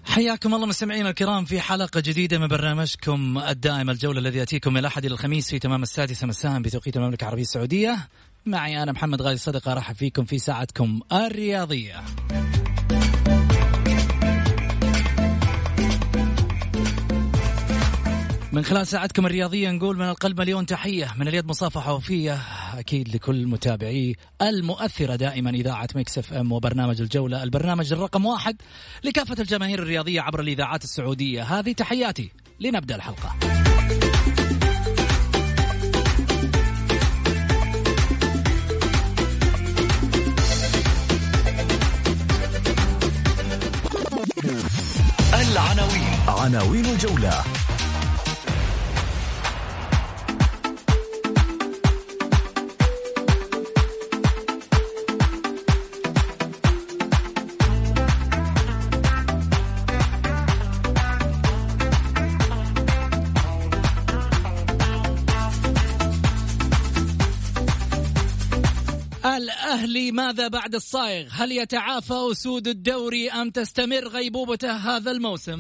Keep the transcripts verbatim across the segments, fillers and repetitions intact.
حياكم الله مستمعينا الكرام في حلقة جديدة من برنامجكم الدائم الجولة الذي يأتيكم من الأحد إلى الخميس في تمام السادسة مساء بتوقيت المملكة العربية السعودية. معي أنا محمد غازي صدقة، أرحب فيكم في ساعتكم الرياضية. من خلال ساعتكم الرياضية نقول من القلب مليون تحية، من اليد مصافحة وفية أكيد لكل متابعي المؤثرة دائما إذاعة ميكس اف ام وبرنامج الجولة، البرنامج الرقم واحد لكافة الجماهير الرياضية عبر الإذاعات السعودية. هذه تحياتي، لنبدأ الحلقة. العناوين عناوين الجولة. الأهلي ماذا بعد الصايغ؟ هل يتعافى أسود الدوري أم تستمر غيبوبته هذا الموسم؟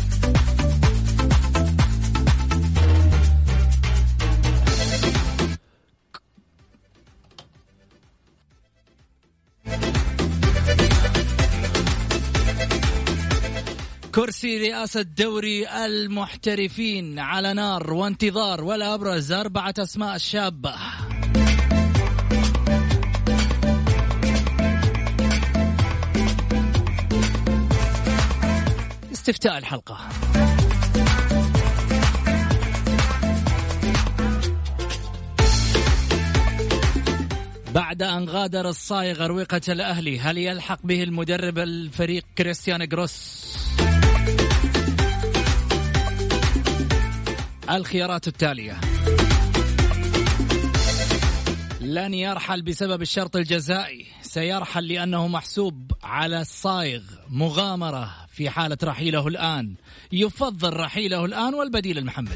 كرسي رئاسة دوري المحترفين على نار وانتظار، ولا أبرز أربعة أسماء شابة. استفتاء الحلقة. بعد أن غادر الصايغ أروقة الأهلي، هل يلحق به المدرب الفريق كريستيان غروس؟ الخيارات التالية: لن يرحل بسبب الشرط الجزائي، سيرحل لأنه محسوب على الصايغ، مغامرة في حالة رحيله الآن، يفضل رحيله الآن، والبديل المحمدي.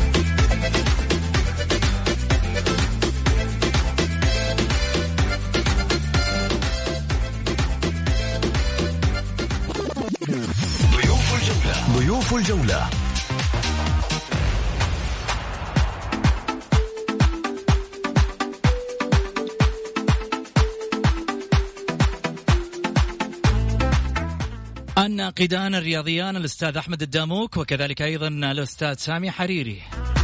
ضيوف الجولة ضيوف الجولة الناقدان الرياضيان الأستاذ أحمد الداموك، وكذلك أيضا الأستاذ سامي حريري.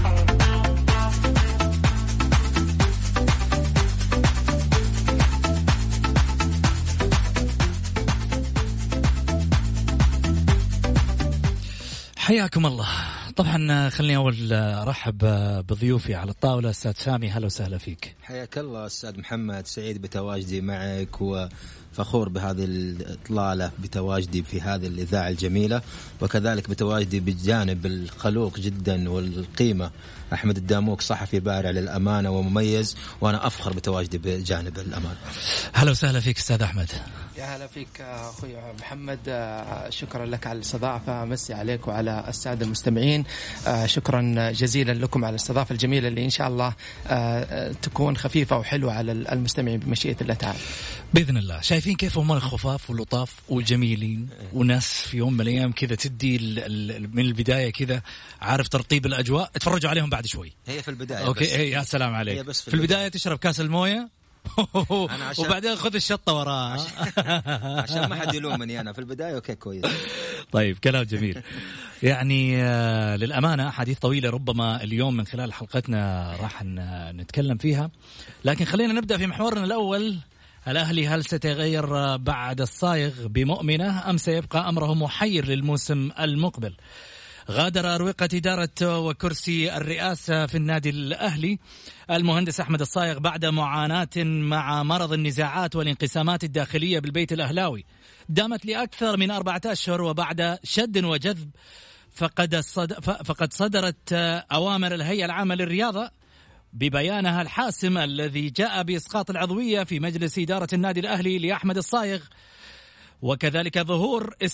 حياكم الله. طبعا خليني أول أرحب بضيوفي على الطاولة. أستاذ سامي، هلا وسهلا فيك. حياك الله أستاذ محمد، سعيد بتواجدي معك وفخور بهذه الإطلالة بتواجدي في هذه الإذاعة الجميلة، وكذلك بتواجدي بالجانب الخلوق جدا والقيمة أحمد الداموك، صحفي بارع للأمانة ومميز، وأنا أفخر بتواجدي بجانب الأمانة. هلا وسهلا فيك أستاذ أحمد. يا هلا فيك أخوي محمد، شكرا لك على الاستضافة، مسي عليك وعلى السادة المستمعين، شكرا جزيلا لكم على الاستضافة الجميلة اللي إن شاء الله تكون خفيفة وحلوة على المستمعين بمشيئة الله تعالى بإذن الله. شايفين كيف هم الخفاف واللطاف والجميلين، وناس في يوم من الأيام كذا تدي من البداية كذا، عارف ترطيب الأجواء. اتفرجوا عليهم بعد شوي. هي في البداية أوكي. هي يا سلام عليك. في, في البداية تشرب كاس الموية وبعدين خذ الشطة وراها عشان, عشان ما حد يلومني أنا في البداية. أوكي كويس. طيب كلام جميل. يعني آه للأمانة حديث طويلة ربما اليوم من خلال حلقتنا راح نتكلم فيها، لكن خلينا نبدأ في محورنا الأول. الأهلي هل سيتغير بعد الصايغ بمؤمنة أم سيبقى أمره محير للموسم المقبل؟ غادر أروقة إدارة وكرسي الرئاسة في النادي الأهلي المهندس أحمد الصايغ بعد معاناة مع مرض النزاعات والانقسامات الداخلية بالبيت الأهلاوي دامت لأكثر من أربعة أشهر، وبعد شد وجذب فقد صد فقد صدرت أوامر الهيئة العامة للرياضة ببيانها الحاسم الذي جاء بإسقاط العضوية في مجلس إدارة النادي الأهلي لأحمد الصايغ، وكذلك ظهور اسم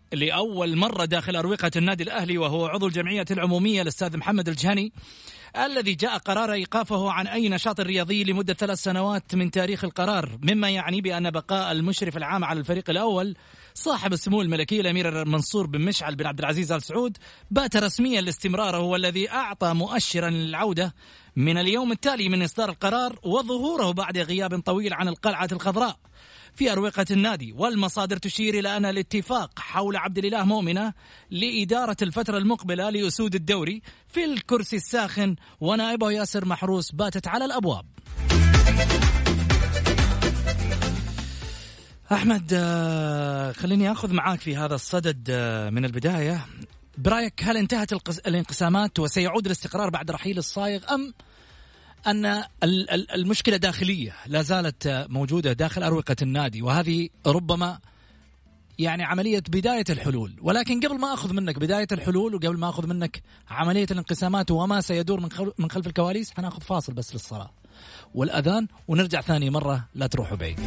لأول مرة داخل أروقة النادي الأهلي، وهو عضو الجمعية العمومية الأستاذ محمد الجهني، الذي جاء قرار إيقافه عن أي نشاط رياضي لمدة ثلاث سنوات من تاريخ القرار، مما يعني بأن بقاء المشرف العام على الفريق الأول صاحب السمو الملكي الأمير منصور بن مشعل بن عبد العزيز آل سعود بات رسميا لاستمراره، والذي أعطى مؤشرا للعودة من اليوم التالي من إصدار القرار وظهوره بعد غياب طويل عن القلعة الخضراء في أروقة النادي. والمصادر تشير إلى أن الاتفاق حول عبد الإله مؤمنة لإدارة الفترة المقبلة لأسود الدوري في الكرسي الساخن ونائبه ياسر محروس باتت على الأبواب. أحمد، خليني أخذ معاك في هذا الصدد من البداية. برأيك هل انتهت الانقسامات وسيعود الاستقرار بعد رحيل الصايغ، أم أن المشكلة داخلية لا زالت موجودة داخل أروقة النادي، وهذه ربما يعني عملية بداية الحلول؟ ولكن قبل ما أخذ منك بداية الحلول وقبل ما أخذ منك عملية الانقسامات وما سيدور من خلف الكواليس، هنأخذ فاصل بس للصلاة والأذان ونرجع ثاني مرة، لا تروحوا بعيد.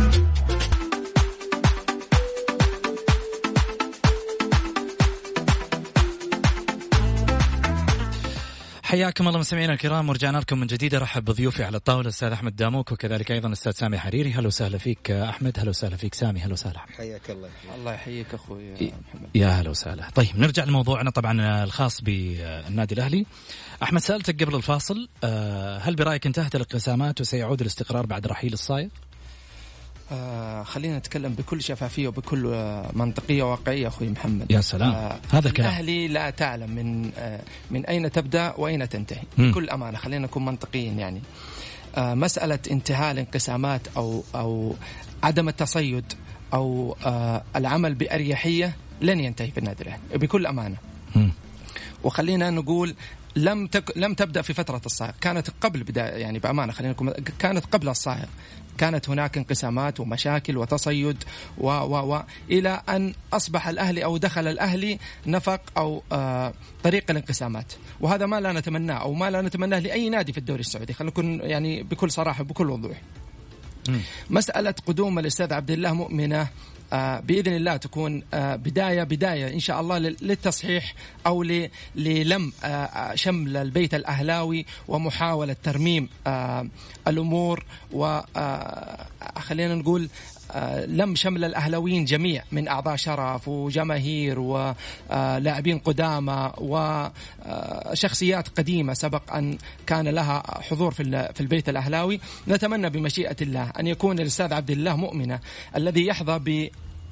حياكم الله مستمعينا الكرام، ورجعنا لكم من جديد. ارحب بضيوفي على الطاوله الاستاذ احمد داموك، وكذلك ايضا الاستاذ سامي حريري. هلا وسهلا فيك احمد. هلا وسهلا فيك سامي. هلا وسهلا. حياك الله. الله يحييك اخوي محمد. يا هلا وسهلا. طيب نرجع لموضوعنا طبعا الخاص بالنادي الاهلي. احمد، سالتك قبل الفاصل، هل برايك انتهت الانقسامات وسيعود الاستقرار بعد رحيل الصايغ؟ آه خلينا نتكلم بكل شفافية وبكل آه منطقية وواقعية أخوي محمد. يا سلام. آه هذا الكلام. الأهلي لا تعلم من آه من أين تبدأ وأين تنتهي. م. بكل أمانة خلينا نكون منطقيين. يعني آه مسألة انتهاء الانقسامات أو أو عدم التصيد أو آه العمل بأريحية لن ينتهي في النادي الأهلي بكل أمانة. م. وخلينا نقول لم تك لم تبدأ في فترة الصاعق، كانت قبل بداية، يعني بأمانة خلينا نقول كانت قبل الصاعق، كانت هناك انقسامات ومشاكل وتصيد و و و إلى أن أصبح الأهلي أو دخل الأهلي نفق أو آه طريق الانقسامات، وهذا ما لا نتمناه أو ما لا نتمناه لأي نادي في الدوري السعودي. خلينا نكون يعني بكل صراحة بكل وضوح. م. مسألة قدوم الأستاذ عبد الله مؤمنة آه بإذن الله تكون آه بداية بداية إن شاء الله للتصحيح أو للم آه شمل البيت الأهلاوي ومحاولة ترميم آه الأمور، وخلينا نقول آه لم شمل الأهلاويين جميع من أعضاء شرف وجماهير ولاعبين قدامى وشخصيات قديمة سبق أن كان لها حضور في في البيت الأهلاوي. نتمنى بمشيئة الله أن يكون الأستاذ عبد الله مؤمنة الذي يحظى ب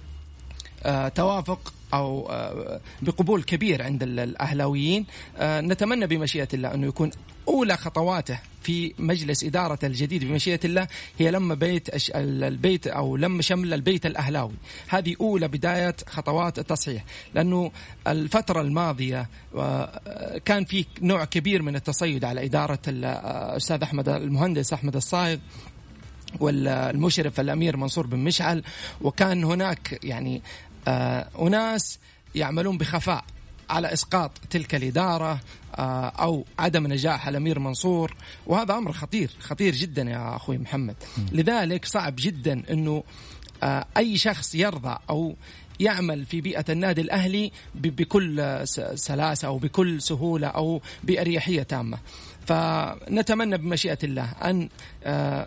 توافق أو بقبول كبير عند الأهلاويين. نتمنى بمشيئة الله أنه يكون أولى خطواته في مجلس إدارة الجديد بمشيئة الله هي لما بيت البيت أو لما شمل البيت الأهلاوي. هذه أولى بداية خطوات التصحيح، لأنه الفترة الماضية كان في نوع كبير من التصيد على إدارة الأستاذ أحمد المهندس أحمد الصايغ والمشرف الأمير منصور بن مشعل، وكان هناك يعني آه أناس يعملون بخفاء على إسقاط تلك الإدارة آه أو عدم نجاح الأمير منصور، وهذا أمر خطير خطير جدا يا أخوي محمد. م. لذلك صعب جدا أنه آه أي شخص يرضى أو يعمل في بيئة النادي الأهلي بكل سلاسة أو بكل سهولة أو بأريحية تامة. فنتمنى بمشيئة الله أن آه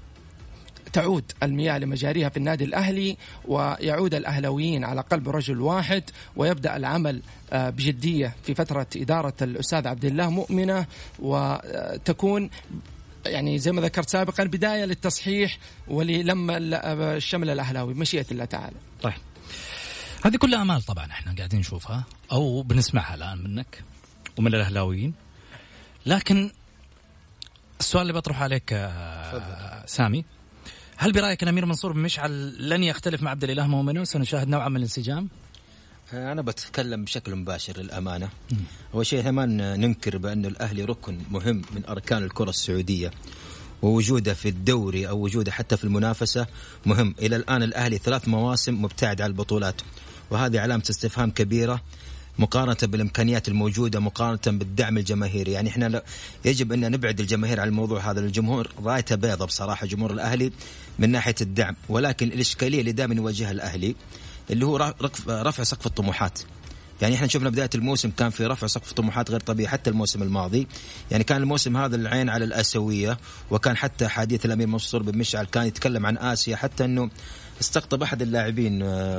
تعود المياه لمجاريها في النادي الأهلي، ويعود الأهلاويين على قلب رجل واحد، ويبدأ العمل بجدية في فترة إدارة الأستاذ عبد الله مؤمنة، وتكون يعني زي ما ذكرت سابقا بداية للتصحيح وللم الشمل الأهلاوي بمشيئة الله تعالى. طيب هذه كلها أمال طبعا احنا قاعدين نشوفها أو بنسمعها الآن منك ومن الأهلاويين، لكن السؤال اللي بطرح عليك سامي، هل برأيك الأمير منصور بن مشعل لن يختلف مع عبد الإله مؤمنة وسنشاهد نوعا من الانسجام؟ أنا بتكلم بشكل مباشر للأمانة. أول شيء ما ننكر بأن الأهلي ركن مهم من أركان الكرة السعودية، ووجوده في الدوري أو وجوده حتى في المنافسة مهم. إلى الآن الأهلي ثلاث مواسم مبتعد عن البطولات، وهذه علامة استفهام كبيرة مقارنة بالإمكانيات الموجودة، مقارنة بالدعم الجماهيري. يعني إحنا يجب أن نبعد الجماهير عن الموضوع هذا. الجمهور رايته بيضة بصراحة، جمهور الأهلي من ناحية الدعم، ولكن الإشكالية اللي دائما يواجهها الأهلي اللي هو رفع سقف الطموحات. يعني احنا شفنا بداية الموسم كان في رفع سقف طموحات غير طبيعي، حتى الموسم الماضي يعني كان الموسم هذا العين على الآسيوية، وكان حتى حديث الأمير منصور بن مشعل كان يتكلم عن آسيا، حتى أنه استقطب أحد اللاعبين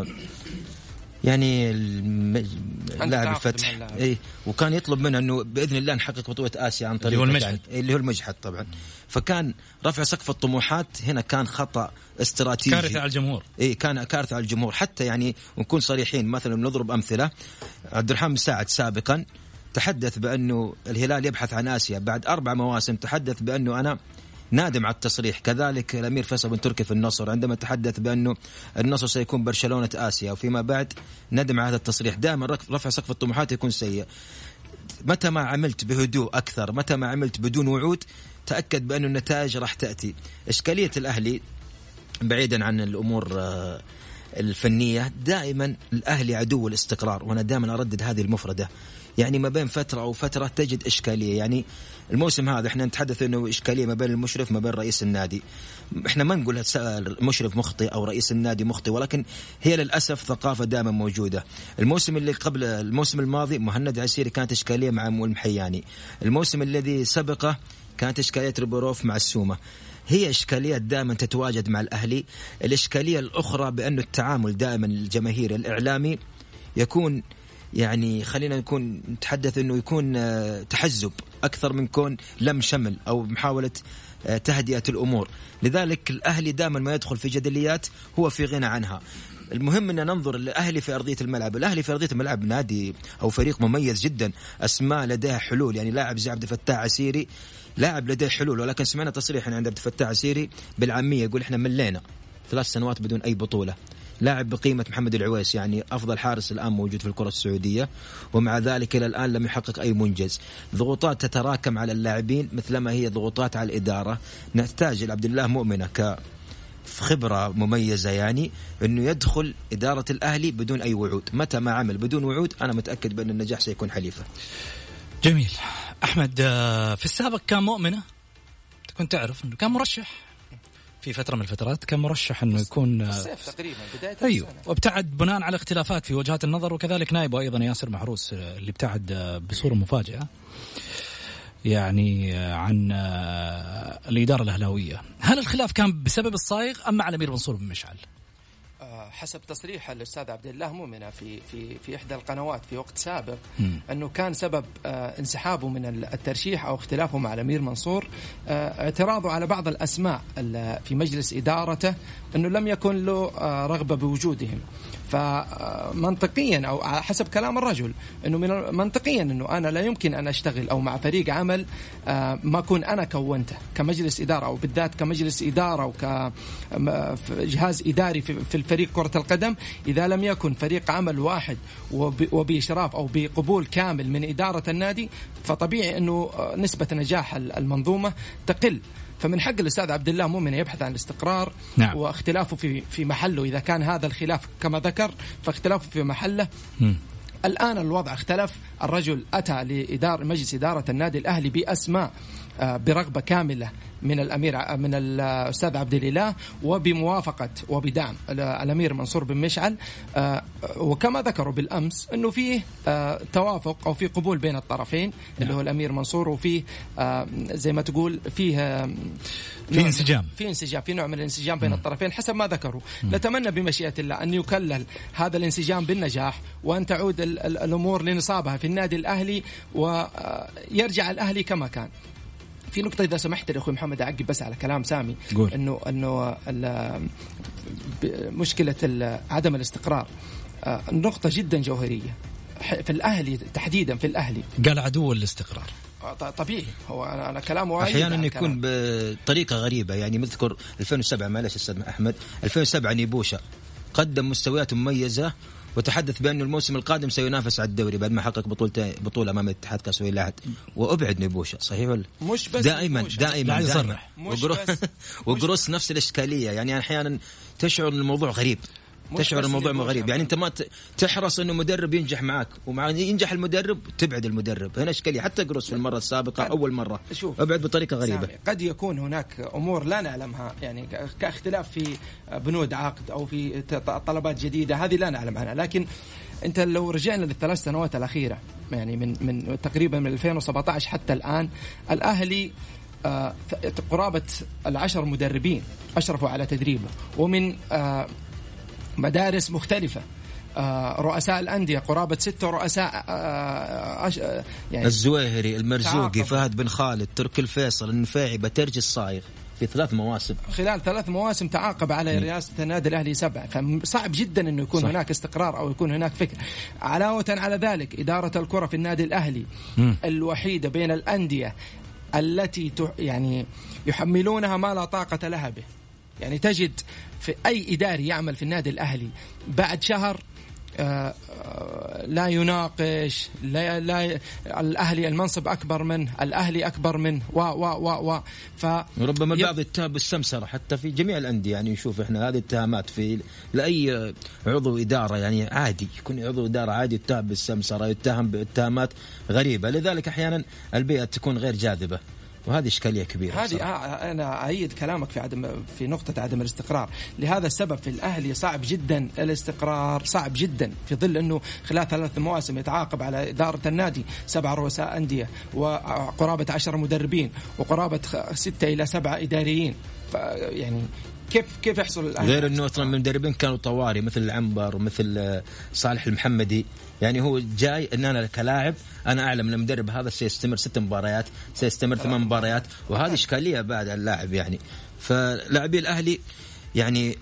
يعني اللاعب الفتح إيه، وكان يطلب منه انه باذن الله نحقق بطوله اسيا عن طريق اللي هو المجحد اللي هو المجحد طبعا. فكان رفع سقف الطموحات هنا كان خطا استراتيجي، كارثه على الجمهور. اي كان كارثه على الجمهور. حتى يعني نكون صريحين، مثلا نضرب امثله، عبد الرحمن بن ساعد سابقا تحدث بانه الهلال يبحث عن اسيا، بعد اربع مواسم تحدث بانه انا نادم على التصريح. كذلك الأمير فيصل بن تركي في النصر عندما تحدث بأنه النصر سيكون برشلونة آسيا، وفيما بعد ندم على هذا التصريح. دائما رفع سقف الطموحات يكون سيء. متى ما عملت بهدوء أكثر، متى ما عملت بدون وعود، تأكد بأن النتائج راح تأتي. إشكالية الأهلي بعيدا عن الأمور الفنية، دائما الأهلي عدو الاستقرار، وأنا دائما أردد هذه المفردة. يعني ما بين فترة أو فترة تجد إشكالية. يعني الموسم هذا احنا نتحدث انه إشكالية ما بين المشرف ما بين رئيس النادي. احنا ما نقول المشرف مخطئ او رئيس النادي مخطئ، ولكن هي للأسف ثقافة دائما موجودة. الموسم اللي قبل الموسم الماضي مهند عسيري كانت إشكالية مع المحياني، الموسم الذي سبقه كانت إشكالية ريبوروف مع السومة. هي إشكاليات دائما تتواجد مع الأهلي. الإشكالية الأخرى بأنه التعامل دائما الجماهير الإعلامي يكون يعني خلينا نكون نتحدث انه يكون تحزب اكثر من كون لم شمل او محاولة تهدئة الامور. لذلك الاهلي دائما ما يدخل في جدليات هو في غنى عنها. المهم ان ننظر الاهلي في ارضية الملعب. الاهلي في ارضية الملعب نادي او فريق مميز جدا، اسماء لديها حلول. يعني لاعب زي عبد الفتاح عسيري لاعب لديه حلول، ولكن سمعنا تصريح عند عبد الفتاح عسيري بالعامية يقول احنا ملينا ثلاث سنوات بدون اي بطولة. لاعب بقيمة محمد العويس، يعني أفضل حارس الآن موجود في الكرة السعودية، ومع ذلك إلى الآن لم يحقق أي منجز. ضغوطات تتراكم على اللاعبين مثلما هي ضغوطات على الإدارة. نحتاج لعبد الله مؤمنة كخبرة مميزة، يعني أنه يدخل إدارة الأهلي بدون أي وعود. متى ما عمل بدون وعود أنا متأكد بأن النجاح سيكون حليفة. جميل. أحمد، في السابق كان مؤمنة كنت تعرف أنه كان مرشح في فترة من الفترات، كان مرشح أنه يكون الصيف تقريبا بداية أيوه، وابتعد بناء على اختلافات في وجهات النظر، وكذلك نائبه أيضا ياسر محروس اللي ابتعد بصورة مفاجئة يعني عن الإدارة الأهلاوية. هل الخلاف كان بسبب الصايغ أم مع الأمير منصور بن مشعل؟ حسب تصريح الأستاذ عبد الله مؤمنة في في في إحدى القنوات في وقت سابق م. أنه كان سبب انسحابه من الترشيح أو اختلافه مع الأمير منصور اعتراضه على بعض الأسماء في مجلس إدارته، أنه لم يكن له رغبة بوجودهم. فمنطقيا أو حسب كلام الرجل أنه من منطقيا أنه أنا لا يمكن أن أشتغل أو مع فريق عمل ما أكون أنا كونته كمجلس إدارة، أو بالذات كمجلس إدارة وكجهاز إداري في الفريق كرة القدم، إذا لم يكن فريق عمل واحد وبإشراف أو بقبول كامل من إدارة النادي، فطبيعي أنه نسبة نجاح المنظومة تقل. فمن حق الأستاذ عبد الله مؤمن يبحث عن الاستقرار. نعم. واختلافه في في محله، إذا كان هذا الخلاف كما ذكر فاختلافه في محله. م. الآن الوضع اختلف، الرجل أتى لإدارة مجلس إدارة النادي الأهلي بأسماء برغبة كاملة من الأمير من الأستاذ عبد الإله، وبموافقة وبدعم الأمير منصور بن مشعل. وكما ذكروا بالأمس أنه فيه توافق أو فيه قبول بين الطرفين اللي هو الأمير منصور، وفيه زي ما تقول فيه في انسجام في انسجام في نوع من الانسجام بين م. الطرفين حسب ما ذكروا. م. نتمنى بمشيئة الله أن يكلل هذا الانسجام بالنجاح، وأن تعود الأمور لنصابها في النادي الأهلي، ويرجع الأهلي كما كان. في نقطة إذا سمحت لي أخوي محمد أعقب بس على كلام سامي، قول. إنه إنه مشكلة عدم الاستقرار نقطة جدا جوهرية في الأهلي تحديدا. في الأهلي قال عدو الاستقرار طبيعي، هو أنا أنا كلامه أحيانا يكون بطريقة غريبة. يعني مذكر ألفين وسبعة معلش أستاذ أحمد، ألفين وسبعة نيبوشا قدم مستويات مميزة وتحدث بأنه الموسم القادم سينافس على الدوري بعد ما حقق بطولة بطولة أمام الاتحاد كاس ولاعة، وأبعد نبوشة. صحيح ولا؟ مش بس دائما نبوشة. دائما, دائما. وقروس, وقروس نفس الإشكالية. يعني أحيانا تشعر أن الموضوع غريب. تشعر الموضوع غريب. يعني انت ما تحرص انه مدرب ينجح معك، ومع ينجح المدرب تبعد المدرب. هنا اشكاليه. حتى قروس في المره السابقه اول مره ابعد بطريقه غريبه. قد يكون هناك امور لا نعلمها، يعني كاختلاف في بنود عقد او في طلبات جديده، هذه لا نعلم عنها. لكن انت لو رجعنا للثلاث سنوات الاخيره، يعني من من تقريبا من ألفين وسبعة عشر حتى الان، الاهلي آه قرابه العشر مدربين اشرفوا على تدريبه، ومن آه مدارس مختلفة. آه رؤساء الأندية قرابة ستة رؤساء، آه يعني الزويهري، المرزوقي، فهد بن خالد، تركي الفيصل، النفاعي، بترجي الصايغ، في ثلاث مواسم. خلال ثلاث مواسم تعاقب على رئاسة النادي الأهلي سبعة، فصعب جدا أنه يكون صح. هناك استقرار أو يكون هناك فكر. علاوة على ذلك إدارة الكرة في النادي الأهلي م. الوحيدة بين الأندية التي يعني يحملونها ما لا طاقة لها به. يعني تجد في أي إداري يعمل في النادي الأهلي بعد شهر آآ آآ لا يناقش، لا لا الأهلي المنصب أكبر منه، الأهلي أكبر منه، و و و و فربما بعض يتهم بالسمسرة حتى في جميع الأندية. يعني نشوف إحنا هذه التهمات في لأي عضو إدارة، يعني عادي يكون عضو إدارة عادي يتهم بالسمسرة، يتهم باتهامات غريبة. لذلك أحيانا البيئة تكون غير جاذبة، وهذه إشكالية كبيرة. هذه أنا أيد كلامك في عدم في نقطة عدم الاستقرار. لهذا السبب في الأهلي صعب جدا الاستقرار، صعب جدا في ظل أنه خلال ثلاث مواسم يتعاقب على إدارة النادي سبع رؤساء أندية وقرابة عشر مدربين وقرابة ستة إلى سبعة إداريين. يعني كيف كيف يحصل الأهلي؟ غير أنه أصلا من مدربين كانوا طواري مثل العنبر ومثل صالح المحمدي. يعني هو جاي ان انا كلاعب انا اعلم ان المدرب هذا سيستمر ست مباريات، سيستمر ثمان مباريات، وهذه اشكاليه بعد اللاعب. يعني فلاعبي الاهلي يعني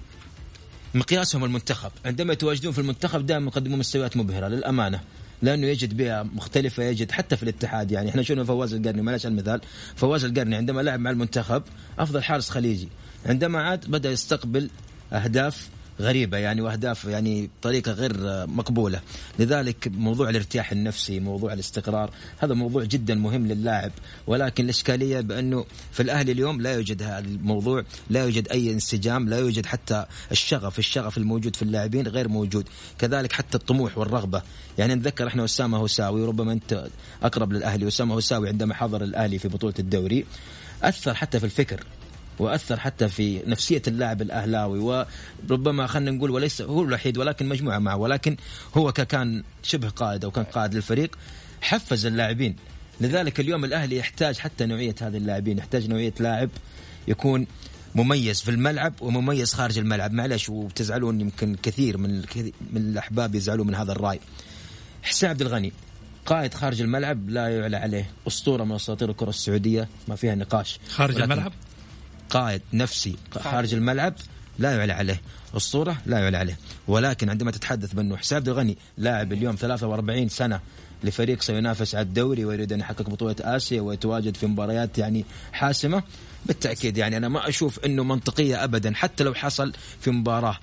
مقياسهم المنتخب، عندما يتواجدون في المنتخب دائما يقدمون مستويات مبهره للامانه، لانه يجد بيئه مختلفه، يجد حتى في الاتحاد. يعني احنا شفنا فواز القرني، معلش المثال، فواز القرني عندما لعب مع المنتخب افضل حارس خليجي، عندما عاد بدا يستقبل اهداف غريبة يعني وأهداف يعني بطريقة غير مقبولة. لذلك موضوع الارتياح النفسي، موضوع الاستقرار، هذا موضوع جدا مهم للاعب. ولكن الإشكالية بأنه في الأهلي اليوم لا يوجد هذا الموضوع، لا يوجد أي انسجام، لا يوجد حتى الشغف الشغف الموجود في اللاعبين غير موجود، كذلك حتى الطموح والرغبة. يعني نتذكر احنا أسامة هوساوي، وربما أنت أقرب للأهلي، أسامة هوساوي عندما حضر الأهلي في بطولة الدوري أثر حتى في الفكر، وأثر حتى في نفسية اللاعب الأهلاوي، وربما خلنا نقول وليس هو الوحيد ولكن مجموعة معه، ولكن هو كان شبه قائد أو كان قائد للفريق، حفز اللاعبين. لذلك اليوم الأهلي يحتاج حتى نوعية هذه اللاعبين، يحتاج نوعية لاعب يكون مميز في الملعب ومميز خارج الملعب. معلش وتزعلون يمكن كثير من من الأحباب يزعلون من هذا الرأي. حسين عبد الغني قائد خارج الملعب لا يعلى عليه، أسطورة من أساطير الكرة السعودية ما فيها نقاش. خارج الملعب قائد نفسي خارج الملعب لا يعلى عليه، الصورة لا يعلى عليه. ولكن عندما تتحدث بأنه حسين عبد الغني لاعب اليوم ثلاثة وأربعين سنة لفريق سينافس على الدوري ويريد أن يحقق بطولة آسيا ويتواجد في مباريات يعني حاسمة، بالتأكيد يعني أنا ما أشوف أنه منطقية أبدا. حتى لو حصل في مباراة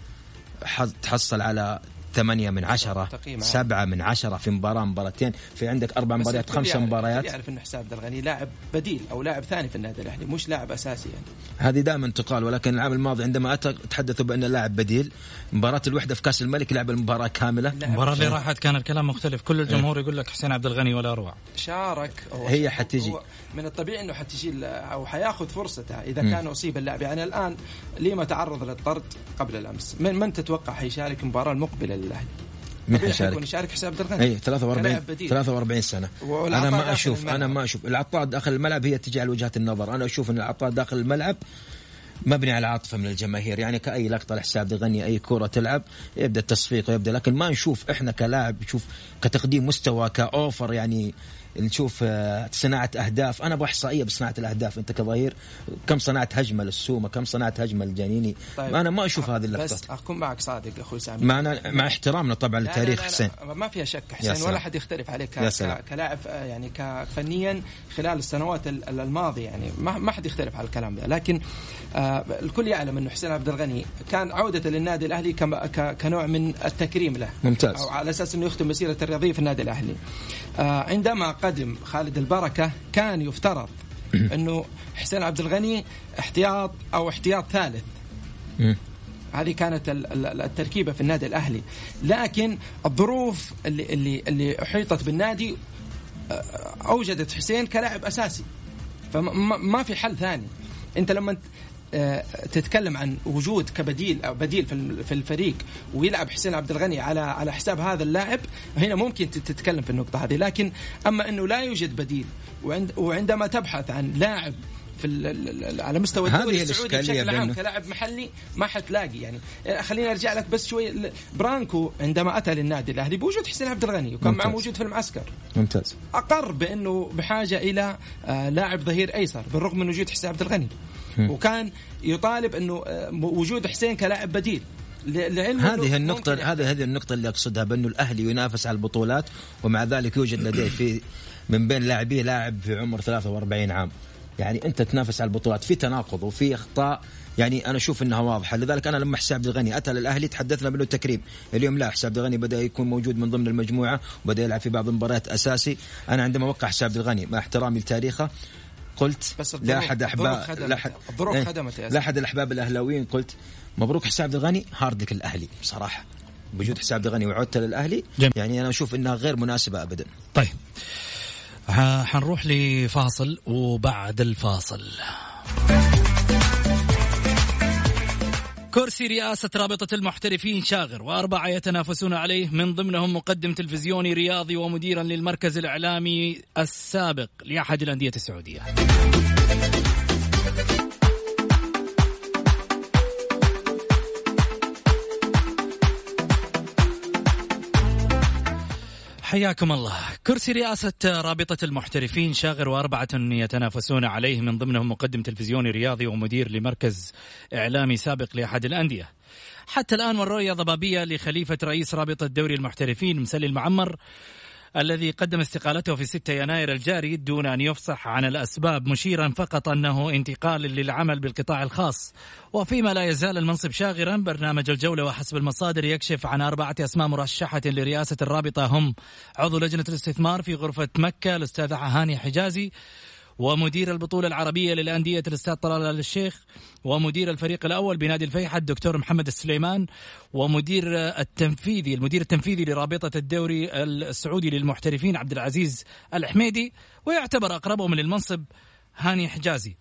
تحصل على ثمانية من عشرة، سبعة من عشرة في مباراة مباراتين، في عندك أربع مباريات، خمسة مباريات. يعرف إنه حسين عبد الغني لاعب بديل أو لاعب ثاني في النادي الأهلي، مش لاعب أساسي يعني. هذه دائما تقال، ولكن العام الماضي عندما تحدثوا بأن اللاعب بديل، مباراة الوحدة في كأس الملك لعب المباراة كاملة. المباراة اللي راحت كان الكلام مختلف، كل الجمهور يقول لك حسين عبد الغني ولا أروع. شارك هي حتيجي من الطبيعي إنه حتيجي أو حياخذ فرصته إذا م. كان أصيب اللاعب. يعني الآن لما تعرض للطرد قبل الأمس، من من تتوقع حيشارك المباراة المقبلة للأهلي؟ من يشارك؟ يشارك حسين عبد الغني. اي ثلاثة وأربعين ثلاثة وأربعين سنة. انا ما اشوف انا ما اشوف العطاء داخل الملعب هي تجي على وجهة النظر. انا اشوف ان العطاء داخل الملعب مبني على عاطفة من الجماهير، يعني كأي لقطة لحسين عبد الغني أي كرة تلعب يبدأ التصفيق ويبدأ، لكن ما نشوف إحنا كلاعب نشوف كتقديم مستوى كأوفر، يعني نشوف صناعة أهداف. أنا بإحصائية بصناعة الأهداف، أنت كظهير كم صنعت هجمة للسومة، كم صنعت هجمة الجانيني. طيب أنا ما أشوف هذه اللقطة. بس أكون معك صادق أخوي سامي، معنا مع احترامنا طبعا لتاريخ حسين، ما فيها شك حسين ولا حد يختلف عليك كلاعب يعني كفنيا خلال السنوات الماضية، يعني ما ما حد يختلف على الكلام ده. لكن آه الكل يعلم أنه حسين عبد الغني كان عودة للنادي الأهلي كنوع من التكريم له، ممتاز، أو على أساس أنه يختم مسيرة الرياضية في النادي الأهلي. آه عندما قدم خالد البركة كان يفترض أنه حسين عبد الغني احتياط أو احتياط ثالث، هذه كانت التركيبة في النادي الأهلي. لكن الظروف اللي اللي اللي أحيطت بالنادي أوجدت حسين كلاعب أساسي، فما في حل ثاني. أنت لما تتكلم عن وجود كبديل أو بديل في الفريق ويلعب حسين عبد الغني على على حساب هذا اللاعب، هنا ممكن تتكلم في النقطة هذه. لكن أما أنه لا يوجد بديل، وعندما تبحث عن لاعب في على مستوى الدوري السعودي بشكل عام كلاعب محلي ما حتلاقي. يعني خليني ارجع لك بس شوي. برانكو عندما اتى للنادي الاهلي بوجود حسين عبد الغني وكان معه موجود في المعسكر ممتاز، اقر بانه بحاجه الى لاعب ظهير ايسر بالرغم من وجود حسين عبد الغني، وكان يطالب انه وجود حسين كلاعب بديل. هذه النقطة هذه هذه النقطة اللي أقصدها، بأنه الأهلي ينافس على البطولات ومع ذلك يوجد لديه في من بين لاعبيه لاعب في عمر ثلاثة وأربعين عام. يعني أنت تنافس على البطولات، في تناقض وفي أخطاء، يعني أنا أشوف أنها واضحة. لذلك أنا لما حسين عبد الغني أتى للأهلي تحدثنا بأنه تكريم. اليوم لا، حسين عبد الغني بدأ يكون موجود من ضمن المجموعة وبدأ يلعب في بعض المباريات أساسي. أنا عندما وقع حسين عبد الغني مع احترامي لتاريخه قلت لا أحد أحباب لا أحد الأحباب الأهلاويين قلت مبروك حسين عبد الغني، هارد لك الأهلي بصراحة. بوجود حسين عبد الغني وعودته للأهلي جميل. يعني أنا أشوف أنها غير مناسبة أبدا. طيب حنروح لفاصل وبعد الفاصل كرسي رئاسة رابطة المحترفين شاغر وأربعة يتنافسون عليه، من ضمنهم مقدم تلفزيوني رياضي ومديرا للمركز الإعلامي السابق لأحد الأندية السعودية. حياكم الله. كرسي رئاسة رابطة المحترفين شاغر وأربعة يتنافسون عليه، من ضمنهم مقدم تلفزيوني رياضي ومدير لمركز إعلامي سابق لأحد الأندية. حتى الآن والرؤية ضبابية لخليفة رئيس رابطة دوري المحترفين مسلي المعمر، الذي قدم استقالته في ستة يناير الجاري دون أن يفصح عن الأسباب، مشيرا فقط أنه انتقال للعمل بالقطاع الخاص. وفيما لا يزال المنصب شاغرا، برنامج الجولة وحسب المصادر يكشف عن أربعة أسماء مرشحة لرئاسة الرابطة، هم عضو لجنة الاستثمار في غرفة مكة الأستاذ هاني حجازي، ومدير البطولة العربية للأندية الأستاذ طلال الشيخ، ومدير الفريق الأول بنادي الفيحة الدكتور محمد السليمان، ومدير التنفيذي المدير التنفيذي لرابطة الدوري السعودي للمحترفين عبد العزيز الحميدي، ويعتبر أقربهم للمنصب هاني حجازي.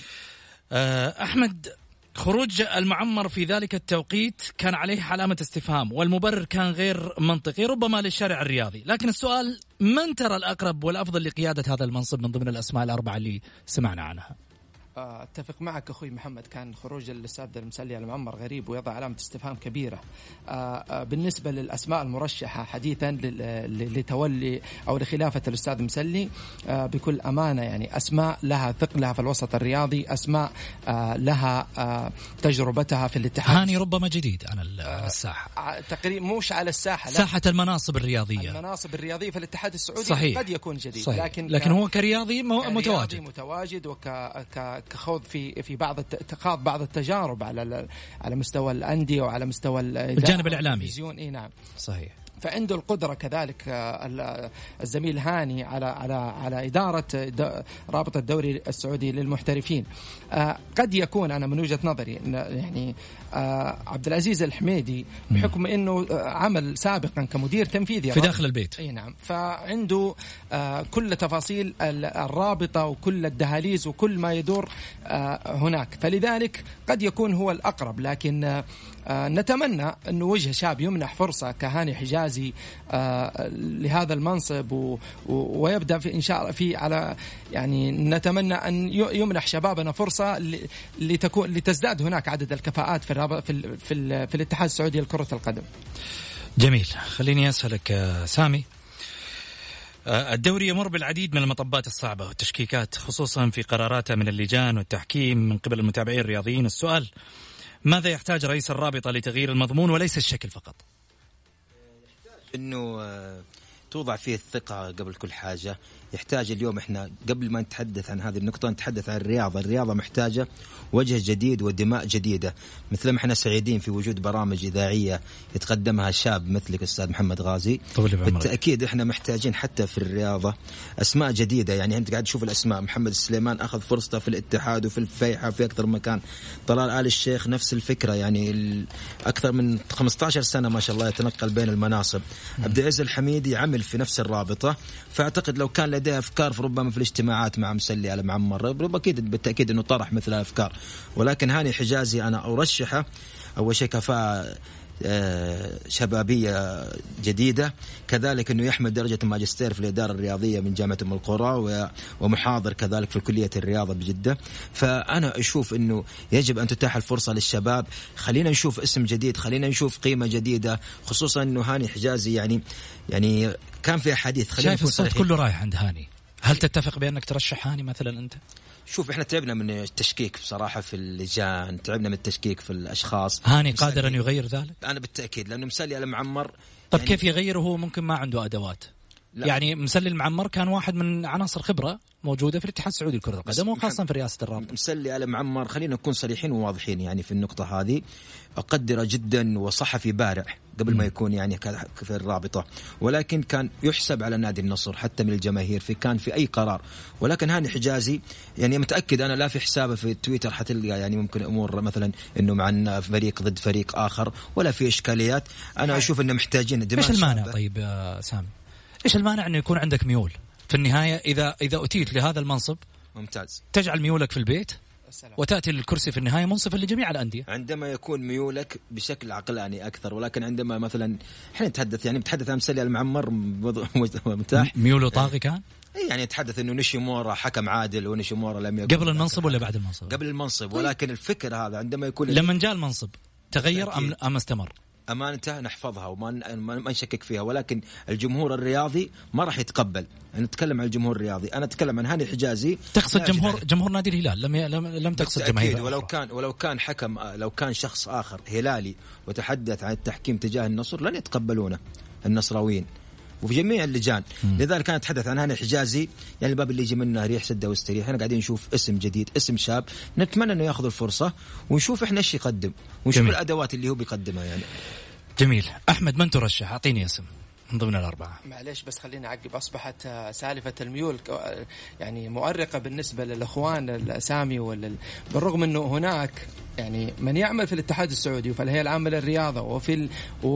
أحمد، خروج المعمر في ذلك التوقيت كان عليه علامة استفهام، والمبرر كان غير منطقي ربما للشارع الرياضي، لكن السؤال من ترى الأقرب والأفضل لقيادة هذا المنصب من ضمن الأسماء الأربعة اللي سمعنا عنها؟ أتفق معك أخوي محمد، كان خروج الأستاذ المسلي المعمر غريب ويضع علامة استفهام كبيرة. بالنسبة للأسماء المرشحة حديثا لتولي أو لخلافة الأستاذ المسلي، بكل أمانة يعني أسماء لها ثقلها في الوسط الرياضي، أسماء لها تجربتها في الاتحاد. هاني ربما جديد على الساحة تقريبا، مش على الساحة، ساحة المناصب الرياضية المناصب الرياضية في الاتحاد السعودي صحيح. قد يكون جديد صحيح. لكن لكن هو كرياضي متواجد متواجد وك كخوض في في بعض اتخاذ بعض التجارب على على مستوى الأندية وعلى مستوى الجانب الإعلامي. اي نعم صحيح. فعنده القدرة كذلك الزميل هاني على على على إدارة رابطة الدوري السعودي للمحترفين. قد يكون أنا من وجهة نظري يعني عبد العزيز الحميدي بحكم إنه عمل سابقا كمدير تنفيذي في داخل البيت، أي نعم، فعنده كل تفاصيل الرابطة وكل الدهاليز وكل ما يدور هناك، فلذلك قد يكون هو الأقرب. لكن نتمنى أنه وجه شاب يمنح فرصة كهاني حجازي لهذا المنصب و ويبدأ في إن شاء الله في على يعني نتمنى أن يمنح شبابنا فرصة لتكون لتزداد هناك عدد الكفاءات في الرابطة في في, في الاتحاد السعودي لكرة القدم. جميل. خليني أسألك سامي، الدوري يمر بالعديد من المطبات الصعبة والتشكيكات خصوصا في قراراته من اللجان والتحكيم من قبل المتابعين الرياضيين. السؤال: ماذا يحتاج رئيس الرابطة لتغيير المضمون وليس الشكل فقط؟ إنه توضع فيه الثقة قبل كل حاجة، يحتاج اليوم إحنا قبل ما نتحدث عن هذه النقطة نتحدث عن الرياضة. الرياضة محتاجة وجه جديد ودماء جديدة، مثل ما إحنا سعيدين في وجود برامج إذاعية يتقدمها شاب مثلك أستاذ محمد غازي. بالتأكيد إحنا محتاجين حتى في الرياضة أسماء جديدة. يعني أنت قاعد تشوف الأسماء، محمد السليمان أخذ فرصته في الاتحاد وفي الفيحة في أكثر مكان، طلال آل الشيخ نفس الفكرة، يعني أكثر من خمسة عشر سنة ما شاء الله يتنقل بين المناصب. عبد العزيز الحميدي عمل في نفس الرابطة، فأعتقد لو كان لديه أفكار ربما في الاجتماعات مع مسلي على معمر ربما أكيد بالتأكيد أنه طرح مثل الأفكار. ولكن هاني حجازي أنا أرشحه أول شيء كفاءة شبابية جديدة، كذلك أنه يحمل درجة الماجستير في الإدارة الرياضية من جامعة أم القرى ومحاضر كذلك في كلية الرياضة بجدة. فأنا أشوف أنه يجب أن تتاح الفرصة للشباب. خلينا نشوف اسم جديد، خلينا نشوف قيمة جديدة، خصوصا أنه هاني حجازي يعني يعني كان في حديث. شايف الصوت كله رايح عند هاني، هل تتفق بأنك ترشح هاني مثلا أنت؟ شوف احنا تعبنا من التشكيك بصراحة في اللجان، تعبنا من التشكيك في الأشخاص. هاني قادر أن يغير ذلك؟ أنا بالتأكيد، لأنه مسلي على معمر. طب يعني كيف يغيره هو ممكن ما عنده أدوات؟ لا. يعني مسلي المعمر كان واحد من عناصر خبرة موجودة في الاتحاد السعودي لكرة القدم وخاصة في رئاسة الرابطة. مسلي على معمر خلينا نكون صريحين وواضحين يعني في النقطة هذه، أقدره جدا وصحفي بارع قبل م. ما يكون يعني في الرابطة، ولكن كان يحسب على نادي النصر حتى من الجماهير في كان في أي قرار. ولكن هاني حجازي يعني متأكد أنا لا في حسابه في تويتر حتلقى يعني ممكن أمور مثلا إنه مع فريق ضد فريق آخر ولا في إشكاليات. أنا أشوف إنه محتاجين دماغ. إيش المانع طيب يا سامي؟ إيش المانع أنه يكون عندك ميول في النهاية؟ إذا إذا أتيت لهذا المنصب ممتاز، تجعل ميولك في البيت وتأتي للكرسي في النهاية منصفا لجميع الأندية. عندما يكون ميولك بشكل عقلاني أكثر، ولكن عندما مثلا إحنا نتحدث يعني بتحدث عن مسلي المعمر متاح ميوله طاغي كان يعني يتحدث إنه نشيمورا حكم عادل ونشيمورا لم يكن قبل المنصب ولا بعد المنصب؟ قبل المنصب. ولكن الفكر هذا عندما يكون لما جاء المنصب تغير أم أم استمر؟ أمانته نحفظها وما ما نشكك فيها، ولكن الجمهور الرياضي ما راح يتقبل. أنا أتكلم عن الجمهور الرياضي، أنا أتكلم عن هاني حجازي. تقصد جمهور جمهور نادي الهلال؟ لم لم لم تقصد جماهير. ولو كان ولو كان حكم لو كان شخص آخر هلالي وتحدث عن التحكيم تجاه النصر لن يتقبلونه النصراويين وفي جميع اللجان. م. لذلك كانت أتحدث عن هاني حجازي يعني الباب اللي يجي منه ريح سده واستريح. احنا قاعدين نشوف اسم جديد، اسم شاب، نتمنى انه ياخذ الفرصة ونشوف احنا ايش يقدم ونشوف جميل. الادوات اللي هو بيقدمها يعني. جميل. احمد من ترشح؟ اعطيني اسم من ضمن الأربعة. معليش بس خليني أعقب. أصبحت سالفة الميول يعني مؤرقة بالنسبة للأخوان الأسامي ولا بالرغم أنه هناك يعني من يعمل في الاتحاد السعودي وفي الهيئة العامة للرياضة وفي ال...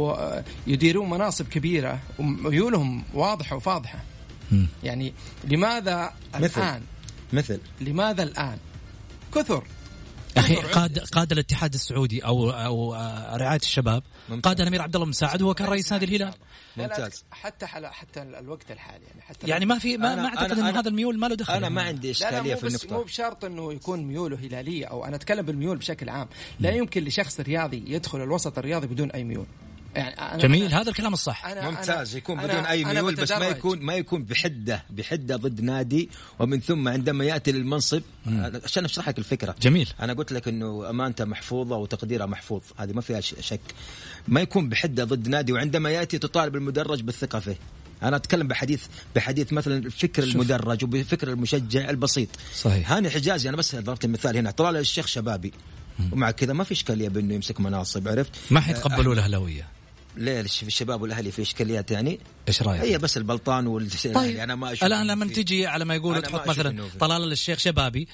ويديرون مناصب كبيرة وميولهم واضحة وفاضحة. م. يعني لماذا مثل الآن مثل لماذا الآن كثر أخي قاد قاد الاتحاد السعودي أو أو رعاية الشباب قاد الأمير عبد الله مساعد هو كان رئيس نادي الهلال. ممتاز. حتى حتى الوقت الحالي يعني حتى يعني ما في ما, ما أعتقد إن هذا الميول ما له دخل. أنا ما عندي إشكالية في النقطة. مو بشرط إنه يكون ميوله هلالية أو أنا أتكلم بالميول بشكل عام. لا يمكن لشخص رياضي يدخل الوسط الرياضي بدون أي ميول. يعني أنا جميل أنا هذا الكلام الصح. أنا ممتاز. يكون بدون أي ميول بس ما يكون ما يكون بحدة بحدة ضد نادي ومن ثم عندما يأتي للمنصب عشان أشرح لك الفكرة. جميل. أنا قلت لك إنه أمانته محفوظة وتقديرها محفوظ، هذه ما فيها شك. ما يكون بحدة ضد نادي وعندما يأتي تطالب المدرج بالثقة فيه. أنا أتكلم بحديث بحديث مثلا الفكر المدرج وبفكر المشجع البسيط. صحيح. هاني حجازي أنا بس ضربت المثال هنا، طلال الشيخ شبابي ومع كذا ما في إشكالية بأنه يمسك مناصب، عرفت؟ ما حيتقبلوا الأهلاوية. ليه في الشباب والأهلي في إشكاليات يعني؟ إيش رأيك؟ هي بس البلطان والشيء. طيب. يعني أنا ما أشوف. الآن لما تجي على ما يقولوا تحط مثلا طلال الشيخ شبابي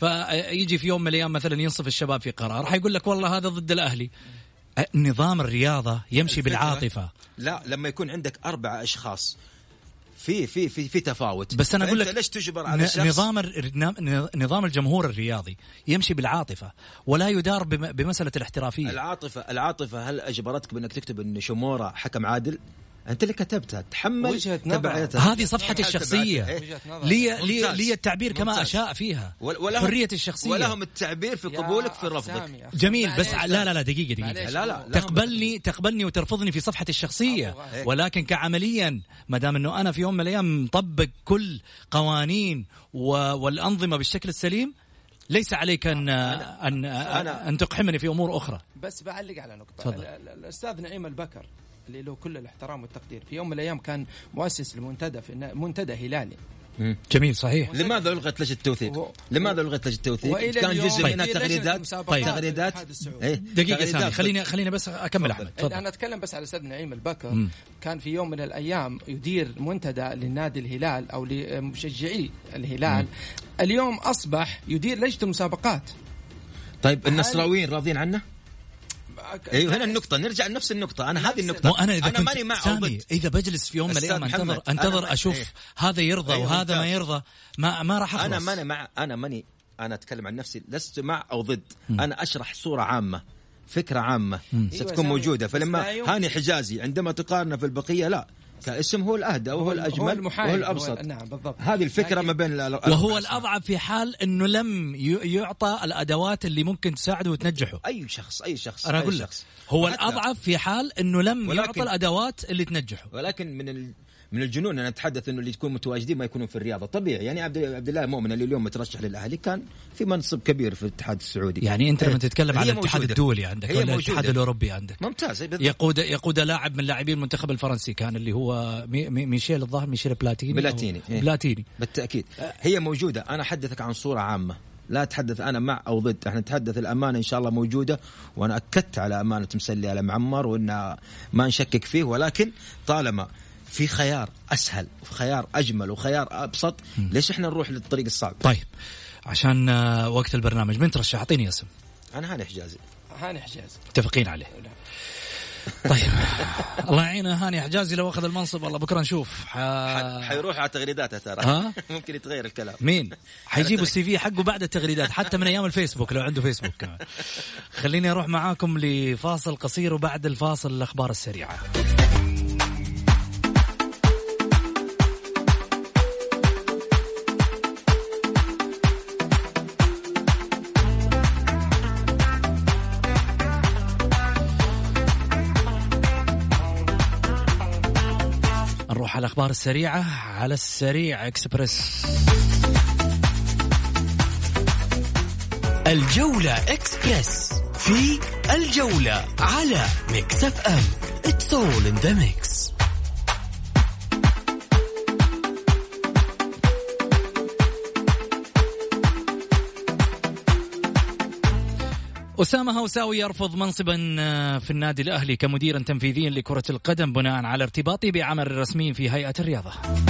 فيجي في يوم من الأيام مثلا ينصف الشباب في قرار حيقول لك والله هذا ضد الأهلي. نظام الرياضة يمشي بالعاطفة. لا لما يكون عندك أربعة أشخاص في في في في تفاوت. بس أنا أقول لك ليش تجبر على الشخص؟ نظام نظام الجمهور الرياضي يمشي بالعاطفة ولا يدار بمسألة الاحترافية. العاطفة العاطفة هل أجبرتك بأنك تكتب إن شمورة حكم عادل؟ أنت اللي كتبتها تحمل تبعيتها. هذه صفحتي الشخصية لي لي لي التعبير كما ممتاز. أشاء فيها حرية الشخصية ولهم التعبير في قبولك في رفضك. جميل. بس لا لا لا دقيقة دقيقة لا لا تقبلني تقبلني وترفضني في صفحتي الشخصية، ولكن كعمليا ما دام إنه أنا في يوم من الأيام مطبق كل قوانين والأنظمة بالشكل السليم ليس عليك أن أنا أن أنا أن تقحمني في أمور أخرى. بس بعلق على نقطة. الأستاذ نعيم البكر اللي له كل الاحترام والتقدير في يوم من الأيام كان مؤسس المنتدى في منتدى هلالي جميل صحيح. لماذا ألغت لجنة التوثيق؟ لماذا ألغت لجنة التوثيق؟ كان جزء منها تغريدات. طيب. تغريدات. إيه؟ دقيقة ثانية خليني خلينا بس أكمل أحمد. أنا أتكلم بس على أستاذ نعيم البكر. م. كان في يوم من الأيام يدير منتدى للنادي الهلال أو لمشجعي الهلال. م. اليوم أصبح يدير لجنة المسابقات. طيب النصراويين راضين عنه؟ ايوه هنا النقطة، نرجع لنفس النقطة. أنا هذه النقطة. أنا إذا أنا ماني مع سامي إذا بجلس في يوم من الأيام أنتظر أنتظر أشوف ايه. هذا يرضى ايه وهذا ما يرضى، ما ما راح أخلص. أنا ماني مع أنا ماني أنا أتكلم عن نفسي، لست مع أو ضد. م. أنا أشرح صورة عامة، فكرة عامة م. ستكون موجودة. فلما هاني حجازي عندما تقارن في البقية، لا كاسم هو الأهدى وهو الأجمل وهو الأبسط. نعم بالضبط. هذه الفكرة ما بين وهو الأضعف في حال أنه لم يعطى الأدوات اللي ممكن تساعده وتنجحه. أي شخص أي شخص أنا أقول لك هو الأضعف في حال أنه لم يعطى الأدوات اللي تنجحه. ولكن من ال... من الجنون أن نتحدث إنه اللي تكون متواجدين ما يكونون في الرياضة. طبيعي يعني عبد الله مؤمن اللي اليوم مترشح للأهلي كان في منصب كبير في الاتحاد السعودي. يعني أنت لما تتكلم عن الاتحاد الدولي عندك ولا الاتحاد الأوروبي عندك ممتاز. يقود يقود لاعب من لاعبين المنتخب الفرنسي كان اللي هو مي ميشيل الظاهر ميشيل بلاتيني بلاتيني بلاتيني بالتأكيد. هي موجودة. أنا أحدثك عن صورة عامة، لا أتحدث أنا مع أو ضد. احنا نتحدث الأمانة إن شاء الله موجودة، وأنا أكدت على أمانة مسلي على معمر وإن ما نشكك فيه. ولكن طالما في خيار أسهل وخيار أجمل وخيار أبسط، ليش إحنا نروح للطريق الصعب؟ طيب عشان وقت البرنامج من ترشح؟ أعطيني اسم. أنا هاني حجازي. هاني حجازي متفقين عليه. طيب الله يعينه هاني حجازي لو أخذ المنصب والله بكرة نشوف ح... حيروح على تغريداته ترى. ممكن يتغير الكلام. مين حيجيبوا السي في حقه بعد التغريدات حتى من أيام الفيسبوك لو عنده فيسبوك كمان. خليني أروح معاكم لفاصل قصير وبعد الفاصل الأخبار السريعة. نروح على الأخبار السريعة على السريع إكسبرس. الجولة إكسبرس في الجولة على ميكس اف ام. It's all in the mix. أسامة هوساوي يرفض منصبا في النادي الأهلي كمديرا تنفيذيا لكرة القدم بناء على ارتباطه بعمل رسمي في هيئة الرياضة.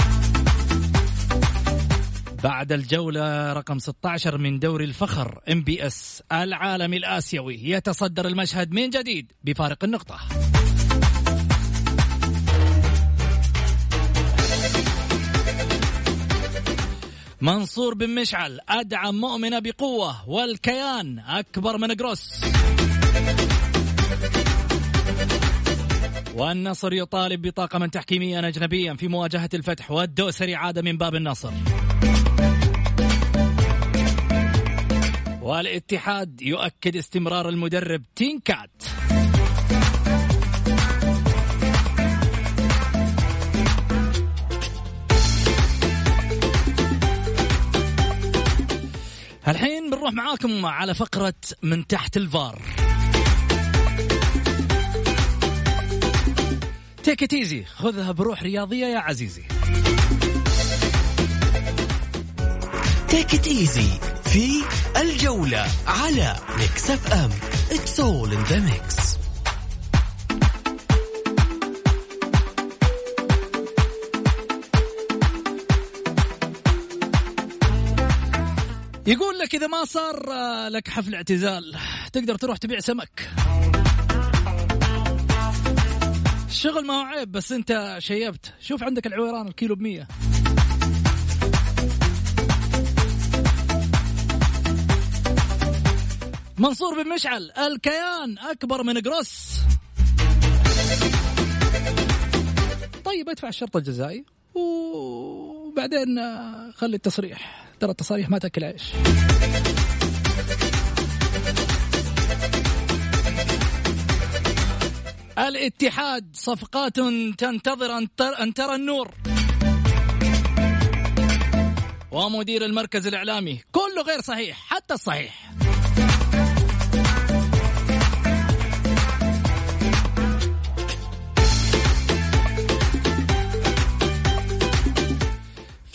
بعد الجولة رقم ستة عشر من دوري الفخر إم بي إس العالمي الآسيوي يتصدر المشهد من جديد بفارق النقطة. منصور بن مشعل أدعم مؤمنة بقوة والكيان أكبر من جروس. والنصر يطالب بطاقما تحكيميا أجنبيا في مواجهة الفتح، والدوسري عاد من باب النصر. والاتحاد يؤكد استمرار المدرب تينكات. الحين بنروح معاكم على فقرة من تحت الفار. تيك إت إيزي، خذها بروح رياضية يا عزيزي. تيك إت إيزي في الجولة على ميكس اف ام. It's all in the mix. يقول لك إذا ما صار لك حفل اعتزال تقدر تروح تبيع سمك. الشغل ما هو عيب، بس أنت شيبت. شوف عندك العويران الكيلو بمية. منصور بن مشعل الكيان أكبر من جروس. طيب ادفع الشرط الجزائي وبعدين خلي التصريح، ترى التصاريح ما تأكل عيش. الاتحاد صفقات تنتظر أن ترى النور. ومدير المركز الإعلامي كله غير صحيح حتى الصحيح.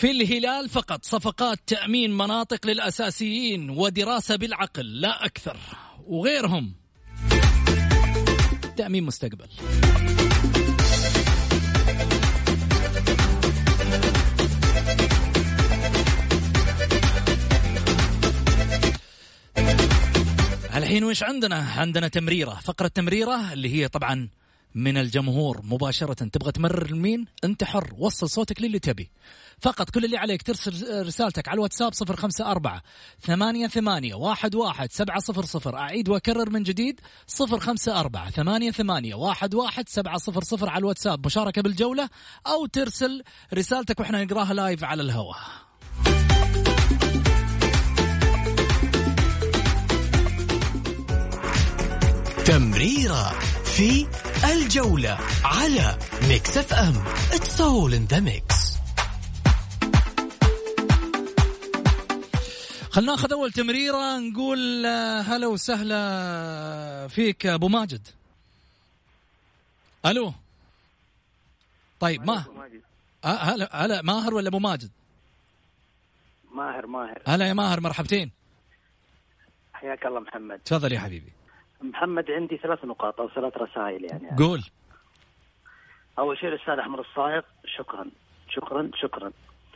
في الهلال فقط صفقات تأمين مناطق للأساسيين ودراسة بالعقل لا أكثر، وغيرهم تأمين مستقبل. الحين وش عندنا؟ عندنا تمريرة، فقرة تمريرة اللي هي طبعا من الجمهور مباشرة. تبغى تمرر لمين؟ أنت حر، وصل صوتك للي تبي. فقط كل اللي عليك ترسل رسالتك على الواتساب صفر خمسة أربعة ثمانية ثمانية واحد واحد سبعة صفر صفر. أعيد وأكرر من جديد صفر خمسة أربعة ثمانية ثمانية واحد واحد سبعة صفر صفر على الواتساب، مشاركة بالجولة، أو ترسل رسالتك وإحنا نقراها لايف على الهواء. تمريرة في الجولة على ميكس اف ام. It's all in the mix. خلنا ناخذ أول تمريرة. نقول هلا وسهلا فيك أبو ماجد. ألو. طيب ما هلا هلا ماهر ولا أبو ماجد؟ ماهر. ماهر. هلا يا ماهر، مرحبتين. حياك الله محمد. تفضل يا حبيبي. محمد عندي ثلاث نقاط أو ثلاث رسائل يعني. قول. أول شيء الأستاذ أحمد الصايغ، شكرا شكرا شكرا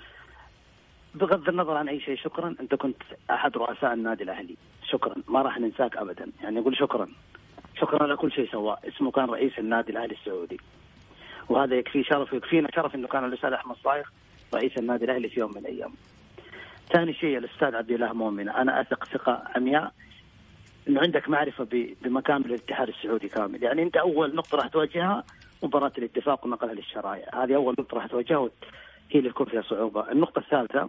بغض النظر عن أي شيء، شكرا. أنت كنت أحد رؤساء النادي الأهلي، شكرا، ما راح ننساك أبدا. يعني نقول شكرا شكرا لكل شيء سواه. اسمه كان رئيس النادي الأهلي السعودي، وهذا يكفي شرف، ويكفينا شرف إنه كان الأستاذ أحمد الصايغ رئيس النادي الأهلي في يوم من الأيام. ثاني شيء الأستاذ عبد الله مؤمن، أنا أثق ثقة عمياء إنه عندك معرفة بمكان الاتحاد السعودي كامل. يعني أنت أول نقطة راح تواجهها مباراة الاتفاق ونقلها للشرايع، هذه أول نقطة راح تواجهها هي اللي يكون فيها صعوبة. النقطة الثالثة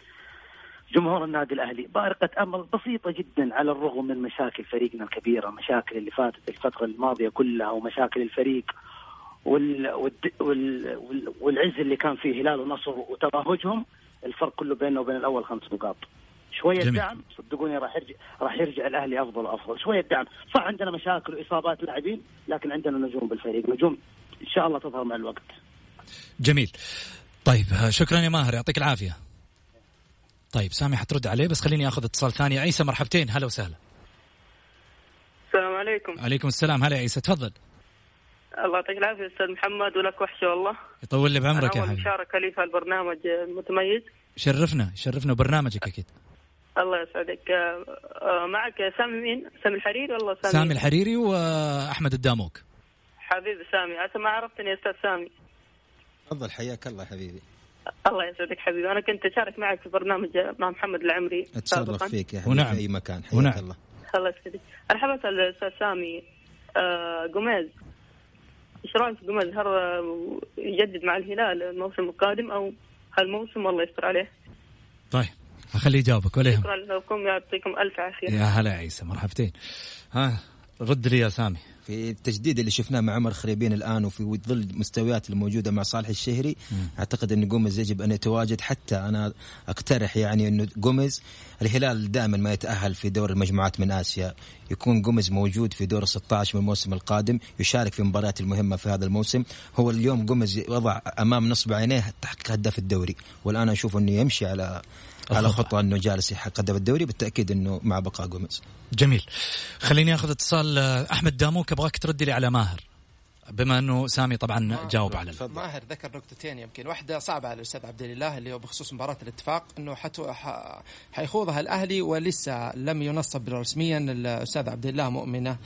جمهور النادي الأهلي بارقة أمل بسيطة جدا، على الرغم من مشاكل فريقنا الكبيرة، مشاكل اللي فاتت الفترة الماضية كلها، ومشاكل الفريق وال... وال... وال... والعز اللي كان فيه هلال ونصر وتباهجهم، الفرق كله بيننا وبين الأول خمس نقاط. شوية جميل. دعم صدقوني راح يرجع راح يرجع الأهلي أفضل وأفضل. شوية دعم، صح عندنا مشاكل وإصابات لاعبين، لكن عندنا نجوم بالفريق، نجوم إن شاء الله تظهر مع الوقت. جميل. طيب شكرا يا ماهر، يعطيك العافية. طيب سامي حترد عليه، بس خليني أخذ اتصال ثاني. عيسى مرحبتين، هلا وسهلا. السلام عليكم. عليكم السلام. هلا عيسى، تفضل. الله يعطيك العافية أستاذ محمد، ولك وحشة والله. يطول لي بعمرك يا حبيبي. مشاركة لي في البرنامج المتميز. شرفنا شرفنا برنامجك أكيد. الله يسعدك. معك سامي مين؟ سامي الحريري والله. سامي سامي الحريري وأحمد الداموك. حبيبي سامي، أنت ما عرفتني يا أستاذ سامي. تفضل، حياك الله حبيبي. الله يسعدك حبيبي. أنا كنت أشارك معك في برنامج مع محمد العمري. أتشرف فيك يا حبيبي. ونعم. في أي مكان. حياك ونعم. الله. الله يسعدك. أنا حابب أسأل الأستاذ سامي، آه جوميز، إيش رأيك في جوميز؟ هل يجدد مع الهلال الموسم القادم أو هالموسم؟ والله يستر عليه. طيب أخليه يجاوبك ولا يهم. شكرا لكم، يعطيكم ألف عافية. يا هلا عيسى، مرحبتين. ها رد لي يا سامي. في التجديد اللي شفناه مع عمر خريبين الآن، وفي ظل المستويات الموجودة مع صالح الشهري، م. أعتقد أن جوميز يجب أن يتواجد. حتى أنا أقترح يعني أنه جوميز، الهلال دائما ما يتأهل في دور المجموعات من آسيا، يكون جوميز موجود في دور ستة عشر من الموسم القادم، يشارك في مباريات المهمة في هذا الموسم. هو اليوم جوميز وضع أمام نصب عينيه تحقيق هدف الدوري، والآن أشوف أنه يمشي على على خطوة أنه جالس يحقق هدف الدوري، بالتأكيد أنه مع بقاء جوميز. جميل. خليني أخذ اتصال أحمد داموك، أبغاك تردي لي على ماهر، بما أنه سامي طبعا جاوب على الفضل. ماهر ذكر نقطتين يمكن واحدة صعبة على الأستاذ عبد الله، اللي هو بخصوص مباراة الاتفاق، أنه حتو ح... حيخوضها الأهلي، ولسه لم ينصب رسميا الأستاذ عبد الله مؤمنة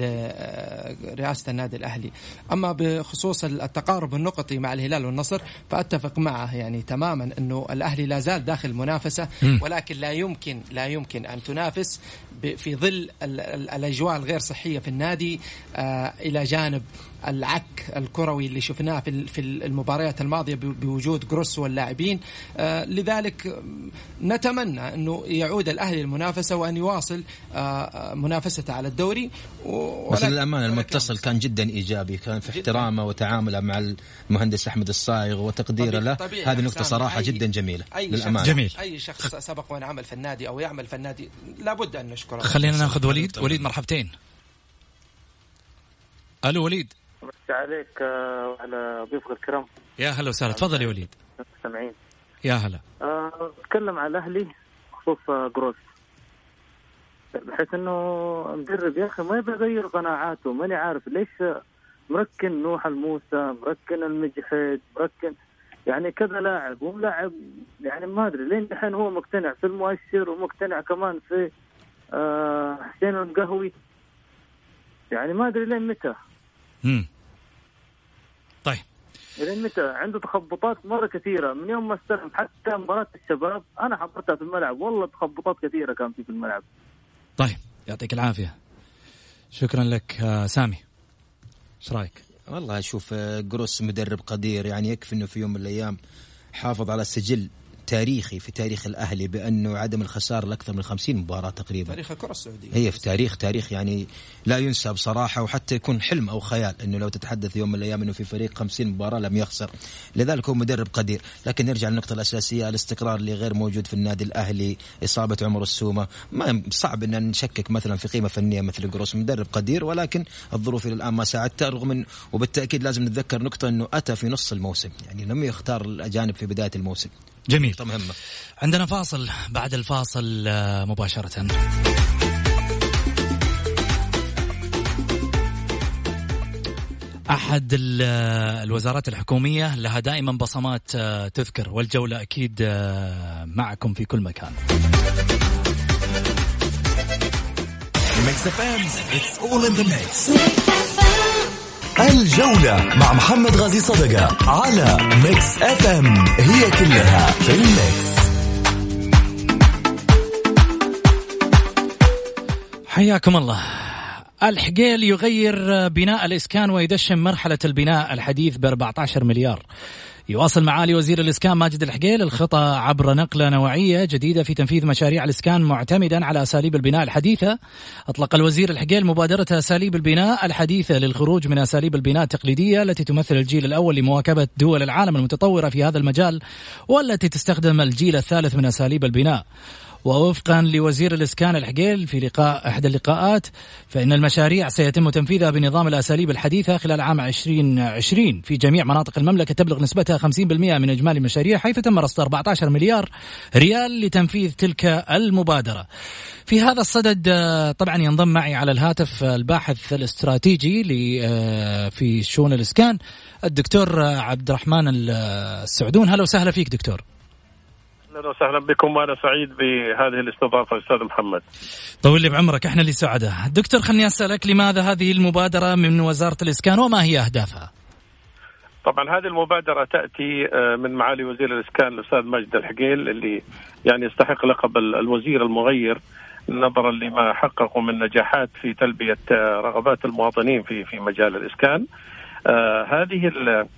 لرئاسة النادي الأهلي. أما بخصوص التقارب النقطي مع الهلال والنصر فأتفق معه يعني تماما، أنه الأهلي لا زال داخل المنافسة، ولكن لا يمكن لا يمكن أن تنافس في ظل الأجواء الغير صحية في النادي، إلى جانب العك الكروي اللي شفناه في في المباريات الماضية بوجود جروس واللاعبين. آه لذلك نتمنى أنه يعود الأهلي المنافسة وأن يواصل آه منافسته على الدوري. بس للأمانة المتصل كان جدا إيجابي، كان في احترامه وتعامله مع المهندس أحمد الصايغ وتقديره له. هذه نقطة صراحة جدا جميلة للأمانة. جميل. أي شخص سبق وأن عمل في النادي أو يعمل في النادي لابد أن نشكره. خلينا ناخذ وليد. وليد مرحبتين. ألو وليد. مساء عليك وعلى ضيوفك الكرام. يا هلا وسهلا، تفضل يا وليد. سامعين. يا هلا. أتكلم على الأهلي خصوص جروس، بحيث إنه مدرب يا أخي ما يبغى يغير قناعاته. ماني عارف ليش مركن نوح الموسى، مركن المجحد، مركن يعني كذا لاعب وملاعب، يعني ما أدري لين دحين هو مقتنع في المؤشر ومقتنع كمان في آه حسين القهوي، يعني ما أدري لين متى. امم طيب لين متى عنده تخبطات مرة كثيرة من يوم ما استلم. حتى مباراة الشباب أنا حضرتها في الملعب، والله تخبطات كثيرة كان في الملعب. طيب يعطيك العافية، شكرا لك. آه سامي ايش رايك؟ والله أشوف جروس مدرب قدير، يعني يكفي أنه في يوم من الأيام حافظ على سجل تاريخي في تاريخ الأهلي بأنه عدم الخسارة لأكثر من خمسين مباراة تقريبا. تاريخ الكرة السعودية هي في تاريخ تاريخ يعني لا ينسى بصراحة، وحتى يكون حلم أو خيال أنه لو تتحدث يوم من الأيام أنه في فريق خمسين مباراة لم يخسر. لذلك هو مدرب قدير. لكن نرجع للنقطة الأساسية، الاستقرار اللي غير موجود في النادي الأهلي، إصابة عمر السومة، ما صعب أن نشكك مثلا في قيمة فنية مثل جروس. مدرب قدير، ولكن الظروف إلى الآن ما ساعدته. رغم من وبالتأكيد لازم نتذكر نقطة أنه أتى في نص الموسم، يعني لم يختار الأجانب في بداية الموسم. جميل. مهمة. عندنا فاصل، بعد الفاصل مباشرة أحد الوزارات الحكومية لها دائما بصمات تذكر، والجولة أكيد معكم في كل مكان. الجولة مع محمد غازي صدقة على ميكس اف ام، هي كلها في الميكس. حياكم الله. الحقيل يغير بناء الإسكان ويدشن مرحلة البناء الحديث ب أربعة عشر مليار. يواصل معالي وزير الإسكان ماجد الحقيل الخطى عبر نقلة نوعية جديدة في تنفيذ مشاريع الإسكان معتمدا على أساليب البناء الحديثة. أطلق الوزير الحقيل مبادرة أساليب البناء الحديثة للخروج من أساليب البناء التقليدية التي تمثل الجيل الأول لمواكبة دول العالم المتطورة في هذا المجال، والتي تستخدم الجيل الثالث من أساليب البناء. ووفقا لوزير الإسكان الحقيل في لقاء إحدى اللقاءات، فإن المشاريع سيتم تنفيذها بنظام الأساليب الحديثة خلال عام عشرين عشرين في جميع مناطق المملكة، تبلغ نسبتها خمسين بالمئة من إجمالي المشاريع، حيث تم رصد أربعة عشر مليار ريال لتنفيذ تلك المبادرة. في هذا الصدد طبعا ينضم معي على الهاتف الباحث الاستراتيجي في شؤون الإسكان الدكتور عبد الرحمن السعدون. هلا وسهلا فيك دكتور. أهلا وسهلا بكم، وأنا سعيد بهذه الاستضافة أستاذ محمد. طول لي بعمرك، احنا اللي سعداء. دكتور خلني أسألك، لماذا هذه المبادرة من وزارة الإسكان وما هي أهدافها؟ طبعا هذه المبادرة تأتي من معالي وزير الإسكان الأستاذ ماجد الحقيل، اللي يعني يستحق لقب الوزير المغير نظرا لما حققوا من نجاحات في تلبية رغبات المواطنين في في مجال الإسكان. آه هذه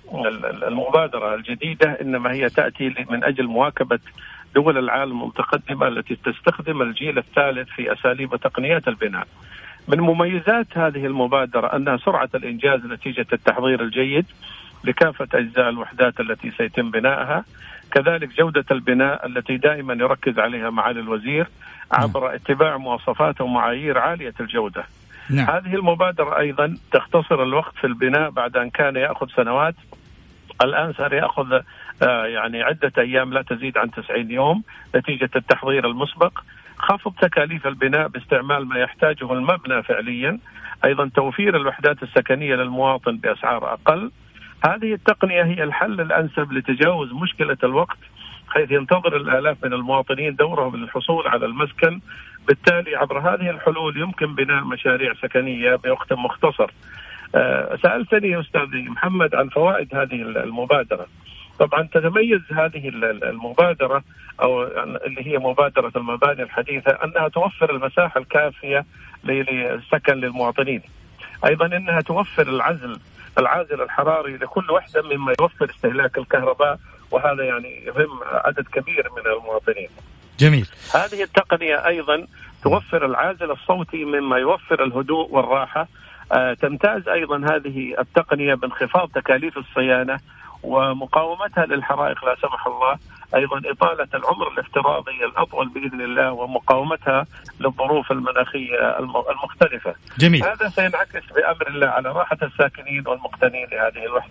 المبادرة الجديدة إنما هي تأتي من أجل مواكبة دول العالم المتقدمة التي تستخدم الجيل الثالث في أساليب وتقنيات البناء. من مميزات هذه المبادرة أنها سرعة الإنجاز نتيجة التحضير الجيد لكافة أجزاء الوحدات التي سيتم بنائها، كذلك جودة البناء التي دائما يركز عليها معالي الوزير عبر اتباع مواصفات ومعايير عالية الجودة. نعم. هذه المبادرة أيضا تختصر الوقت في البناء بعد أن كان يأخذ سنوات، الآن صار يأخذ آه يعني عدة أيام لا تزيد عن تسعين يوم نتيجة التحضير المسبق. خفض تكاليف البناء باستعمال ما يحتاجه المبنى فعليا، أيضا توفير الوحدات السكنية للمواطن بأسعار أقل. هذه التقنية هي الحل الأنسب لتجاوز مشكلة الوقت، حيث ينتظر الآلاف من المواطنين دورهم للحصول على المسكن. بالتالي عبر هذه الحلول يمكن بناء مشاريع سكنية بوقت مختصر. أه سألتني يا أستاذ محمد عن فوائد هذه المبادرة. طبعا تتميز هذه المبادرة أو اللي هي مبادرة المباني الحديثة أنها توفر المساحة الكافية للسكن للمواطنين، أيضا أنها توفر العزل العازل الحراري لكل وحدة مما يوفر استهلاك الكهرباء، وهذا يعني يهم عدد كبير من المواطنين. جميل. هذه التقنية أيضا توفر العازل الصوتي مما يوفر الهدوء والراحة. آه تمتاز أيضا هذه التقنية بانخفاض تكاليف الصيانة ومقاومتها للحرائق لا سمح الله، أيضا إطالة العمر الافتراضي الأطول بإذن الله ومقاومتها للظروف المناخية المختلفة. جميل. هذا سينعكس بأمر الله على راحة الساكنين والمقتنين لهذه الوحدات.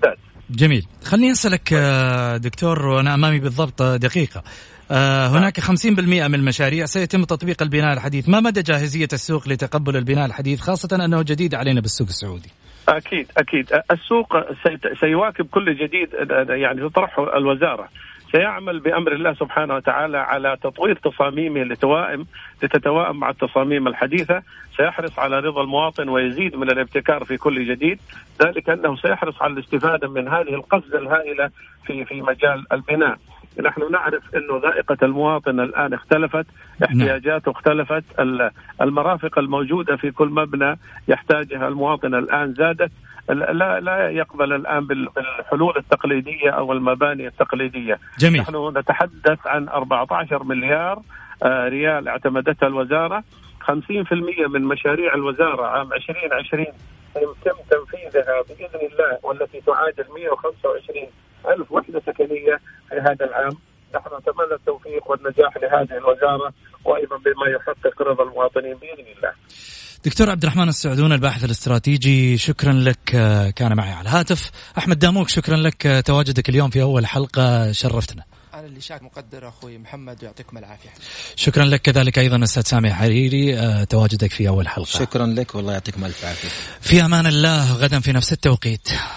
جميل. خليني أسألك دكتور، وأنا أمامي بالضبط دقيقة، هناك خمسين بالمئة من المشاريع سيتم تطبيق البناء الحديث، ما مدى جاهزية السوق لتقبل البناء الحديث خاصة أنه جديد علينا بالسوق السعودي؟ أكيد أكيد السوق سيواكب كل جديد يعني تطرحه الوزارة، سيعمل بأمر الله سبحانه وتعالى على تطوير تصاميمه لتوائم لتتوائم مع التصاميم الحديثة، سيحرص على رضا المواطن ويزيد من الابتكار في كل جديد، ذلك أنه سيحرص على الاستفادة من هذه القفزة الهائلة في في مجال البناء. نحن نعرف أنه ذائقة المواطن الآن اختلفت، احتياجاته اختلفت، المرافق الموجودة في كل مبنى يحتاجها المواطن الآن زادت، لا لا يقبل الآن بالحلول التقليدية أو المباني التقليدية. جميل. نحن نتحدث عن أربعة عشر مليار ريال اعتمدتها الوزارة، خمسين بالمئة من مشاريع الوزارة عام عشرين عشرين يتم تنفيذها بإذن الله، والتي تعادل مئة وخمسة وعشرين ألف وحدة سكنية في هذا العام. نحن نتمنى التوفيق والنجاح لهذه الوزارة، وأيضا بما يحقق رضا المواطنين بإذن الله. دكتور عبد الرحمن السعدون الباحث الاستراتيجي، شكرا لك، كان معي على الهاتف. أحمد داموك، شكرا لك تواجدك اليوم في أول حلقة، شرفتنا. أنا اللي شاك مقدر أخوي محمد، ويعطيكم العافية. شكرا لك كذلك أيضا أستاذ سامي حريري، تواجدك في أول حلقة. شكرا لك والله يعطيكم ألف عافية. في أمان الله، غدا في نفس التوقيت.